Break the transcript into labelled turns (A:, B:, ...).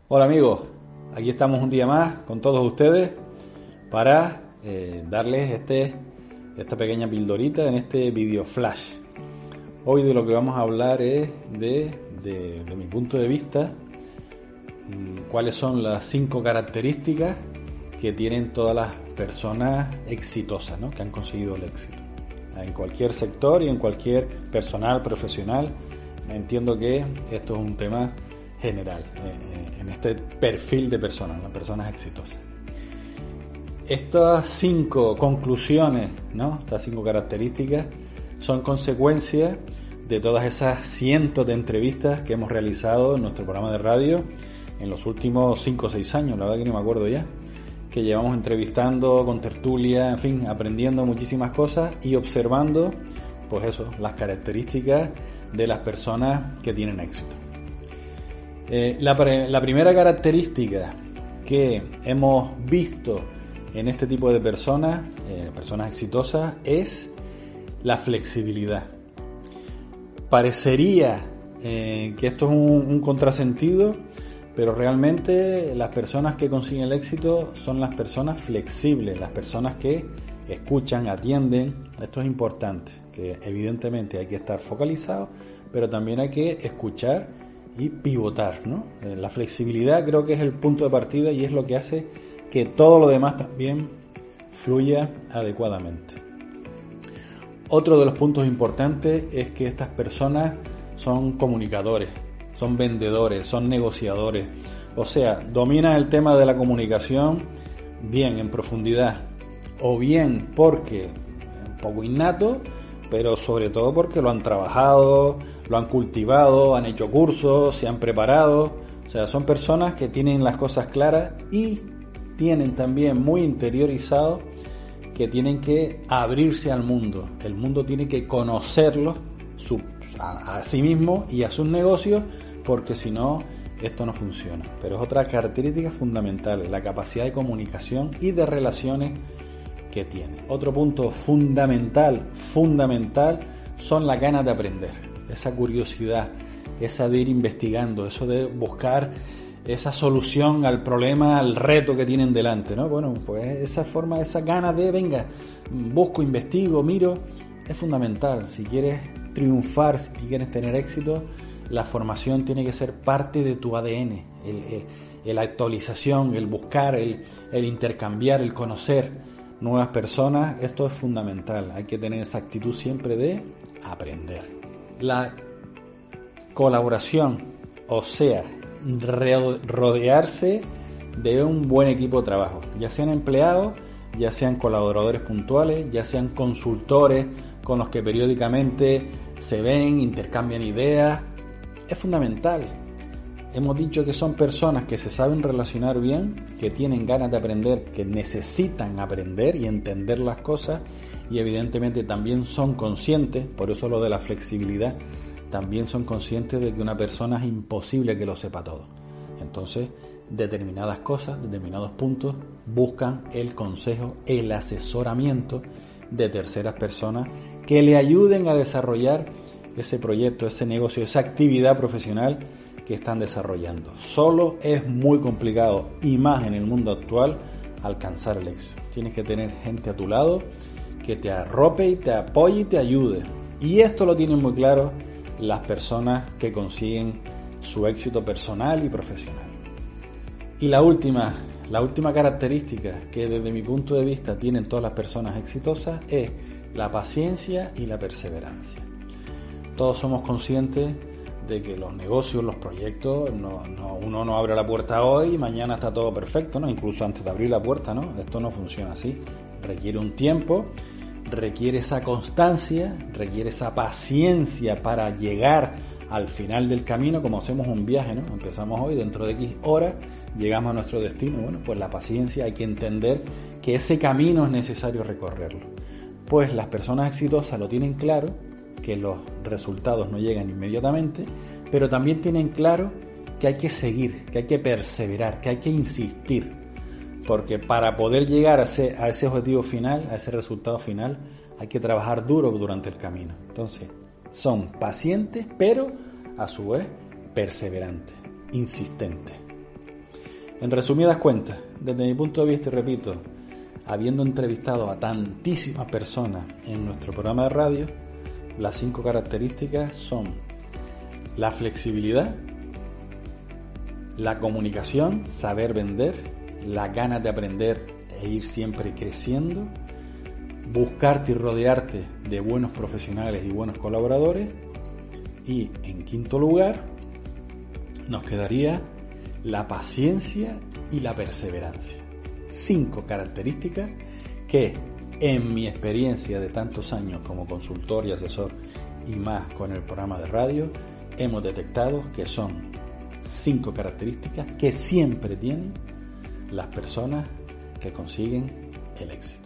A: Hola amigos, aquí estamos un día más con todos ustedes para darles esta pequeña pildorita en este video flash. Hoy de lo que vamos a hablar es de mi punto de vista, cuáles son las 5 características que tienen todas las personas exitosas, ¿no? Que han conseguido el éxito en cualquier sector y en cualquier personal, profesional. Entiendo que esto es un tema general en este perfil de personas, las personas exitosas. Estas 5 conclusiones, ¿no? Estas 5 características son consecuencia de todas esas cientos de entrevistas que hemos realizado en nuestro programa de radio en los últimos 5 o 6 años, la verdad que no me acuerdo ya, que llevamos entrevistando con tertulia, en fin, aprendiendo muchísimas cosas y observando, pues eso, las características de las personas que tienen éxito. La primera característica que hemos visto en este tipo de personas, personas exitosas, es la flexibilidad. Parecería que esto es un contrasentido, pero realmente las personas que consiguen el éxito son las personas flexibles, las personas que escuchan, atienden. Esto es importante, que evidentemente hay que estar focalizado, pero también hay que escuchar y pivotar, ¿no? La flexibilidad creo que es el punto de partida y es lo que hace que todo lo demás también fluya adecuadamente. Otro de los puntos importantes es que estas personas son comunicadores, son vendedores, son negociadores, o sea, dominan el tema de la comunicación bien en profundidad, o bien porque un poco innato, pero sobre todo porque lo han trabajado, lo han cultivado, han hecho cursos, se han preparado. O sea, son personas que tienen las cosas claras y tienen también muy interiorizado que tienen que abrirse al mundo. El mundo tiene que conocerlos a sí mismo y a sus negocios, porque si no, esto no funciona. Pero es otra característica fundamental, la capacidad de comunicación y de relaciones que tiene. Otro punto fundamental son las ganas de aprender, esa curiosidad, esa de ir investigando, eso de buscar esa solución al problema, al reto que tienen delante, ¿no? Bueno, pues esa forma, esa ganas de, venga, busco, investigo, miro, es fundamental. Si quieres triunfar, si quieres tener éxito, la formación tiene que ser parte de tu ADN, la actualización, el buscar, el intercambiar, el conocer nuevas personas. Esto es fundamental, hay que tener esa actitud siempre de aprender. La colaboración, o sea, rodearse de un buen equipo de trabajo, ya sean empleados, ya sean colaboradores puntuales, ya sean consultores con los que periódicamente se ven, intercambian ideas, es fundamental. Hemos dicho que son personas que se saben relacionar bien, que tienen ganas de aprender, que necesitan aprender y entender las cosas, y evidentemente también son conscientes, por eso lo de la flexibilidad, también son conscientes de que una persona es imposible que lo sepa todo. Entonces, determinadas cosas, determinados puntos, buscan el consejo, el asesoramiento de terceras personas que le ayuden a desarrollar ese proyecto, ese negocio, esa actividad profesional que están desarrollando. Solo es muy complicado, y más en el mundo actual, alcanzar el éxito. Tienes que tener gente a tu lado que te arrope y te apoye y te ayude. Y esto lo tienen muy claro las personas que consiguen su éxito personal y profesional. Y la última característica que desde mi punto de vista tienen todas las personas exitosas es la paciencia y la perseverancia. Todos somos conscientes de que los negocios, los proyectos, uno no abre la puerta hoy y mañana está todo perfecto, ¿no? Incluso antes de abrir la puerta, ¿no? Esto no funciona así. Requiere un tiempo, requiere esa constancia, requiere esa paciencia para llegar al final del camino, como hacemos un viaje, ¿no? Empezamos hoy, dentro de X horas llegamos a nuestro destino. Bueno, pues la paciencia, hay que entender que ese camino es necesario recorrerlo. Pues las personas exitosas lo tienen claro, que los resultados no llegan inmediatamente, pero también tienen claro que hay que seguir, que hay que perseverar, que hay que insistir, porque para poder llegar a ese objetivo final, a ese resultado final, hay que trabajar duro durante el camino. Entonces, son pacientes, pero a su vez perseverantes, insistentes. En resumidas cuentas, desde mi punto de vista, y repito, habiendo entrevistado a tantísimas personas en nuestro programa de radio, las 5 características son la flexibilidad, la comunicación, saber vender, las ganas de aprender e ir siempre creciendo, buscarte y rodearte de buenos profesionales y buenos colaboradores, y en quinto lugar nos quedaría la paciencia y la perseverancia. 5 características que en mi experiencia de tantos años como consultor y asesor y más con el programa de radio hemos detectado que son 5 características que siempre tienen las personas que consiguen el éxito.